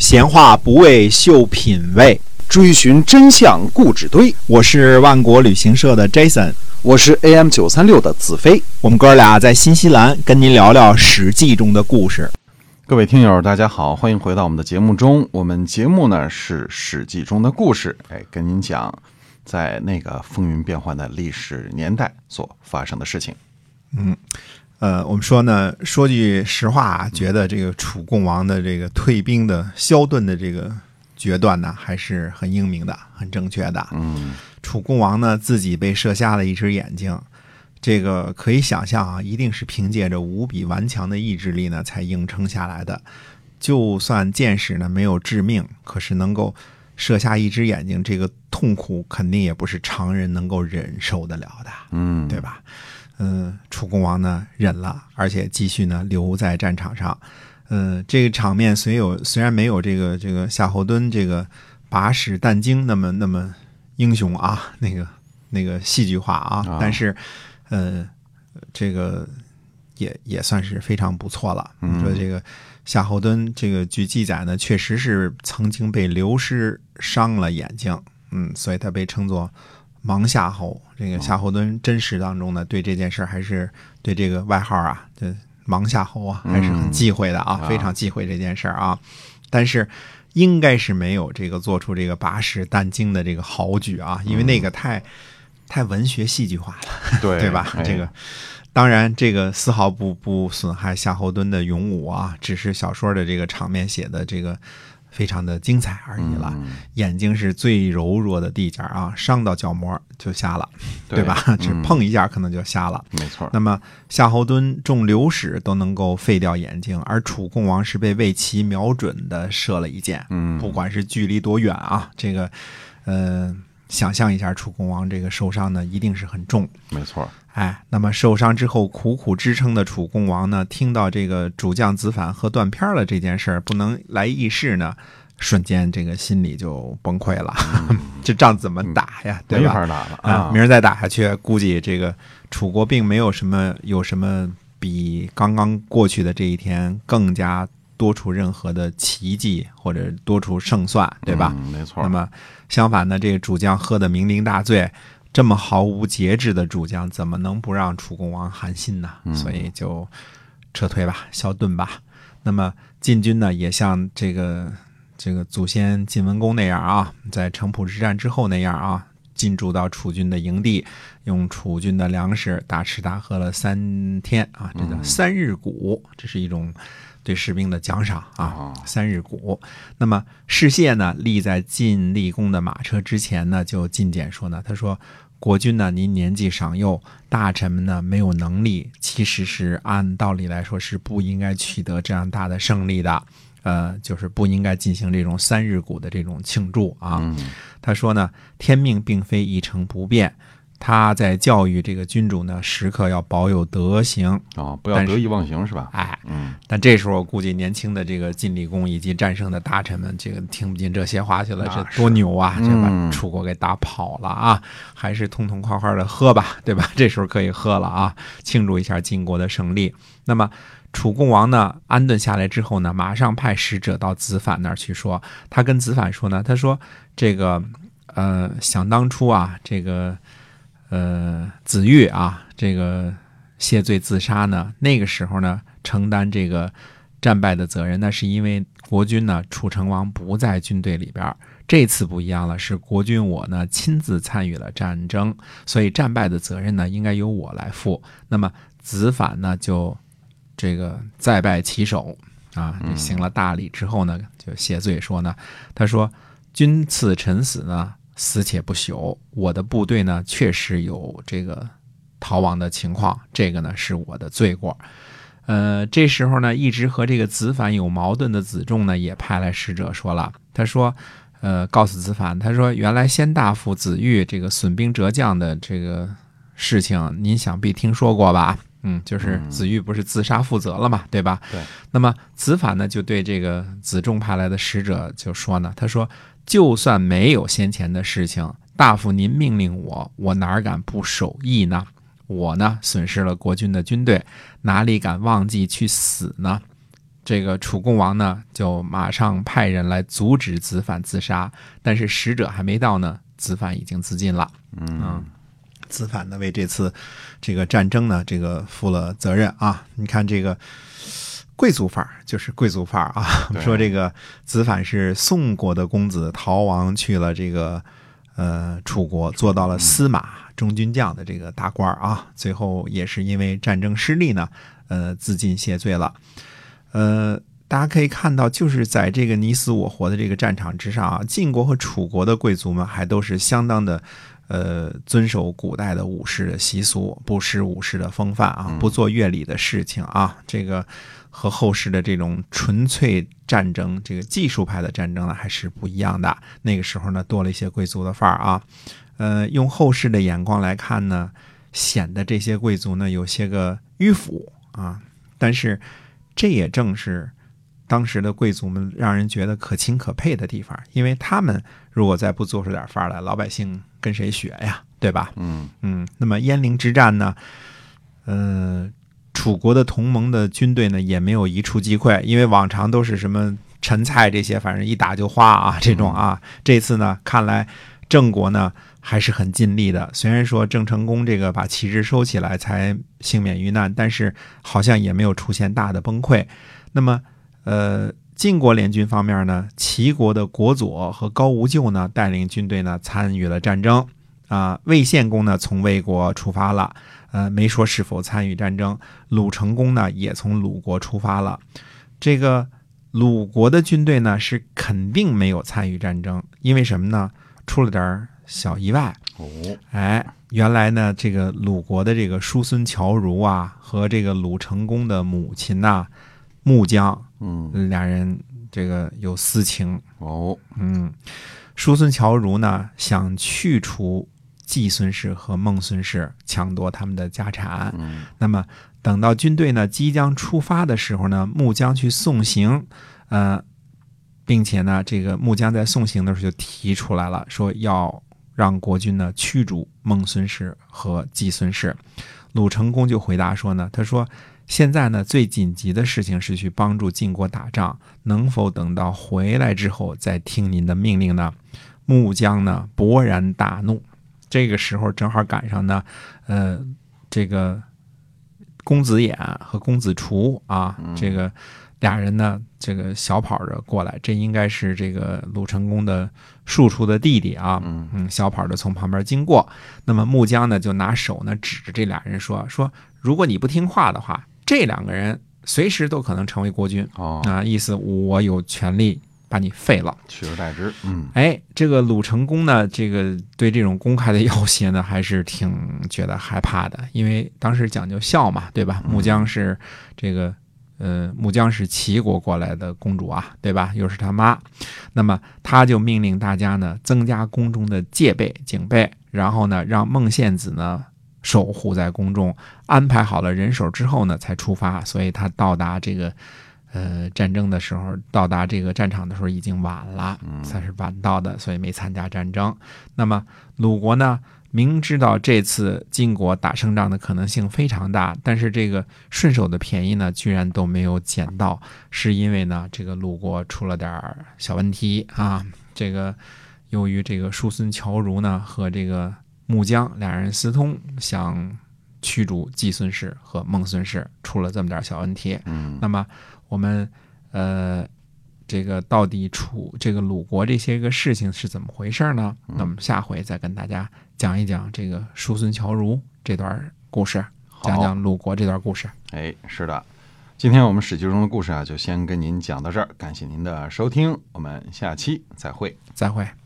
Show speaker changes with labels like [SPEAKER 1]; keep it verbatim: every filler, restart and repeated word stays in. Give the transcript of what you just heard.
[SPEAKER 1] 闲话不为秀品味，
[SPEAKER 2] 追寻真相故纸堆。
[SPEAKER 1] 我是万国旅行社的 Jason，
[SPEAKER 2] 我是 A M 九三六 的子飞。
[SPEAKER 1] 我们哥俩在新西兰跟您聊聊史记中的故事。
[SPEAKER 3] 各位听友大家好，欢迎回到我们的节目中。我们节目呢是史记中的故事，哎，跟您讲在那个风云变幻的历史年代所发生的事情。
[SPEAKER 1] 嗯呃，我们说呢，说句实话啊，觉得这个楚共王的这个退兵的萧顿的这个决断呢，还是很英明的，很正确的。
[SPEAKER 3] 嗯，
[SPEAKER 1] 楚共王呢自己被射瞎了一只眼睛，这个可以想象啊，一定是凭借着无比顽强的意志力呢，才硬撑下来的。就算箭矢呢没有致命，可是能够射下一只眼睛，这个痛苦肯定也不是常人能够忍受得了的，
[SPEAKER 3] 嗯，
[SPEAKER 1] 对吧？嗯，楚共王呢忍了，而且继续呢留在战场上。嗯，这个场面虽有虽然没有这个这个夏侯惇这个把屎弹精那么那么英雄啊，那个那个戏剧化啊，
[SPEAKER 3] 啊
[SPEAKER 1] 但是呃，这个也也算是非常不错了。你说这个夏侯惇，这个据记载呢，确实是曾经被流失伤了眼睛，嗯，所以他被称作盲夏侯。这个夏侯惇真实当中呢，对这件事还是对这个外号啊，这盲夏侯啊，还是很忌讳的啊，
[SPEAKER 3] 嗯、
[SPEAKER 1] 非常忌讳这件事啊。但是应该是没有这个做出这个把屎弹精的这个豪举啊，因为那个太、嗯、太文学戏剧化了，
[SPEAKER 3] 对
[SPEAKER 1] 对吧？
[SPEAKER 3] 哎、
[SPEAKER 1] 这个当然，这个丝毫不不损害夏侯惇的勇武啊，只是小说的这个场面写的这个非常的精彩而已了。
[SPEAKER 3] 嗯、
[SPEAKER 1] 眼睛是最柔弱的地界啊，伤到角膜就瞎了， 对, 对吧？只碰一下可能就瞎了。
[SPEAKER 3] 没错。
[SPEAKER 1] 那么夏侯惇中流矢都能够废掉眼睛，而楚共王是被魏齐瞄准的射了一箭，
[SPEAKER 3] 嗯，
[SPEAKER 1] 不管是距离多远啊，这个呃，想象一下楚共王这个受伤呢，一定是很重。
[SPEAKER 3] 没错。
[SPEAKER 1] 哎，那么受伤之后苦苦支撑的楚共王呢，听到这个主将子反喝断片了这件事儿不能来议事呢，瞬间这个心里就崩溃了。嗯、这仗怎么打呀？嗯、对吧？
[SPEAKER 3] 没法打了啊！
[SPEAKER 1] 啊明儿再打下去，估计这个楚国并没有什么有什么比刚刚过去的这一天更加多出任何的奇迹或者多出胜算，对吧？
[SPEAKER 3] 嗯、没错。
[SPEAKER 1] 那么相反呢，这个主将喝得酩酊大醉。这么毫无节制的主将，怎么能不让楚共王寒心呢？所以就撤退吧，消遁吧。那么晋军呢，也像这个这个祖先晋文公那样啊，在城濮之战之后那样啊，进驻到楚军的营地，用楚军的粮食大吃大喝了三天啊，这叫三日谷，这是一种对士兵的奖赏啊，三日谷。那么士燮呢，立在晋厉公的马车之前呢，就进谏说呢，他说。国君呢，您年纪尚幼，大臣们呢没有能力，其实是按道理来说是不应该取得这样大的胜利的，呃，就是不应该进行这种三日谷的这种庆祝啊。
[SPEAKER 3] 嗯、
[SPEAKER 1] 他说呢，天命并非一成不变，他在教育这个君主呢，时刻要保有德行
[SPEAKER 3] 哦，不要得意忘形是吧？
[SPEAKER 1] 哎，
[SPEAKER 3] 嗯，
[SPEAKER 1] 但这时候我估计年轻的这个晋厉公以及战胜的大臣们，这个听不进这些话去了，这多牛啊！
[SPEAKER 3] 嗯、
[SPEAKER 1] 这把楚国给打跑了啊，还是痛痛快快的喝吧，对吧？这时候可以喝了啊，庆祝一下晋国的胜利。那么楚共王呢，安顿下来之后呢，马上派使者到子反那儿去说，他跟子反说呢，他说这个呃，想当初啊，这个。呃，子玉啊，这个谢罪自杀呢，那个时候呢，承担这个战败的责任，那是因为国君呢，楚成王不在军队里边。这次不一样了，是国君我呢亲自参与了战争，所以战败的责任呢，应该由我来负。那么子反呢，就这个再拜其手啊，行了大礼之后呢，就谢罪说呢，他说君赐臣死呢。死且不朽，我的部队呢确实有这个逃亡的情况，这个呢是我的罪过。呃，这时候呢，一直和这个子反有矛盾的子仲呢，也派来使者说了，他说，呃，告诉子反，他说原来先大夫子玉这个损兵折将的这个事情，您想必听说过吧？嗯，就是子玉不是自杀负责了嘛，对吧？
[SPEAKER 3] 对。
[SPEAKER 1] 那么子反呢，就对这个子仲派来的使者就说呢，他说。就算没有先前的事情，大夫您命令我，我哪敢不守义呢？我呢损失了国君的军队，哪里敢忘记去死呢？ 这个楚共王呢就马上派人来阻止子反自杀，但是使者还没到呢，子反已经自尽了。嗯，子反呢为这次这个战争呢这个负了责任啊。你看这个贵族范儿就是贵族范儿啊。我们说这个子反是宋国的公子，逃亡去了这个呃楚国，做到了司马中军将的这个大官啊。最后也是因为战争失利呢，呃自尽谢罪了。呃，大家可以看到，就是在这个你死我活的这个战场之上啊，晋国和楚国的贵族们还都是相当的，呃，遵守古代的武士的习俗，不失武士的风范啊，不做越礼的事情啊。这个和后世的这种纯粹战争，这个技术派的战争呢，还是不一样的。那个时候呢，多了一些贵族的范儿啊。呃，用后世的眼光来看呢，显得这些贵族呢有些个迂腐啊，但是。这也正是当时的贵族们让人觉得可亲可佩的地方，因为他们如果再不做出点范儿来，老百姓跟谁学呀，对吧？
[SPEAKER 3] 嗯
[SPEAKER 1] 嗯。那么鄢陵之战呢，呃，楚国的同盟的军队呢也没有一触即溃，因为往常都是什么陈蔡这些，反正一打就花啊这种啊。这次呢，看来郑国呢还是很尽力的，虽然说郑成功这个把旗帜收起来才幸免于难，但是好像也没有出现大的崩溃。那么呃，晋国联军方面呢，齐国的国佐和高无咎呢带领军队呢参与了战争啊。魏献公呢从魏国出发了，呃，没说是否参与战争。鲁成公呢也从鲁国出发了。这个鲁国的军队呢是肯定没有参与战争，因为什么呢？出了点小意外。
[SPEAKER 3] 哦，
[SPEAKER 1] 哎，原来呢，这个鲁国的这个叔孙侨如啊，和这个鲁成公的母亲呐、啊，穆姜，
[SPEAKER 3] 嗯，
[SPEAKER 1] 俩人这个有私情。
[SPEAKER 3] 哦，
[SPEAKER 1] 嗯，叔孙侨如呢想去除季孙氏和孟孙氏，抢夺他们的家产。
[SPEAKER 3] 嗯，
[SPEAKER 1] 那么等到军队呢即将出发的时候呢，穆姜去送行，呃。并且呢，这个穆姜在送行的时候就提出来了，说要让国君呢驱逐孟孙氏和季孙氏。鲁成公就回答说呢，他说现在呢最紧急的事情是去帮助晋国打仗，能否等到回来之后再听您的命令呢？穆姜呢勃然大怒。这个时候正好赶上呢，呃，这个公子偃和公子除啊，这个。俩人呢，这个小跑着过来，这应该是这个鲁成公的庶出的弟弟啊，嗯，小跑着从旁边经过。那么穆姜呢，就拿手呢指着这俩人说：“说如果你不听话的话，这两个人随时都可能成为国君。
[SPEAKER 3] 哦，
[SPEAKER 1] 啊，意思我有权利把你废了，
[SPEAKER 3] 取而代之。嗯，
[SPEAKER 1] 哎，这个鲁成公呢，这个对这种公开的要挟呢，还是挺觉得害怕的，因为当时讲究孝嘛，对吧？穆姜是这个。呃，穆姜是齐国过来的公主啊，对吧？又是他妈，那么他就命令大家呢增加宫中的戒备警备，然后呢让孟献子呢守护在宫中，安排好了人手之后呢才出发。所以他到达这个呃战争的时候，到达这个战场的时候已经晚了，算是晚到的，所以没参加战争。那么鲁国呢？明知道这次晋国打胜仗的可能性非常大，但是这个顺手的便宜呢，居然都没有捡到，是因为呢，这个鲁国出了点小问题啊。这个由于这个叔孙侨如呢和这个穆姜两人私通，想驱逐季孙氏和孟孙氏，出了这么点小问题。
[SPEAKER 3] 嗯，
[SPEAKER 1] 那么我们呃。这个到底楚这个鲁国这些个事情是怎么回事呢？那么下回再跟大家讲一讲这个叔孙侨如这段故事，讲讲鲁国这段故事。
[SPEAKER 3] 哎，是的，今天我们史记中的故事啊，就先跟您讲到这儿，感谢您的收听，我们下期再会，
[SPEAKER 1] 再会。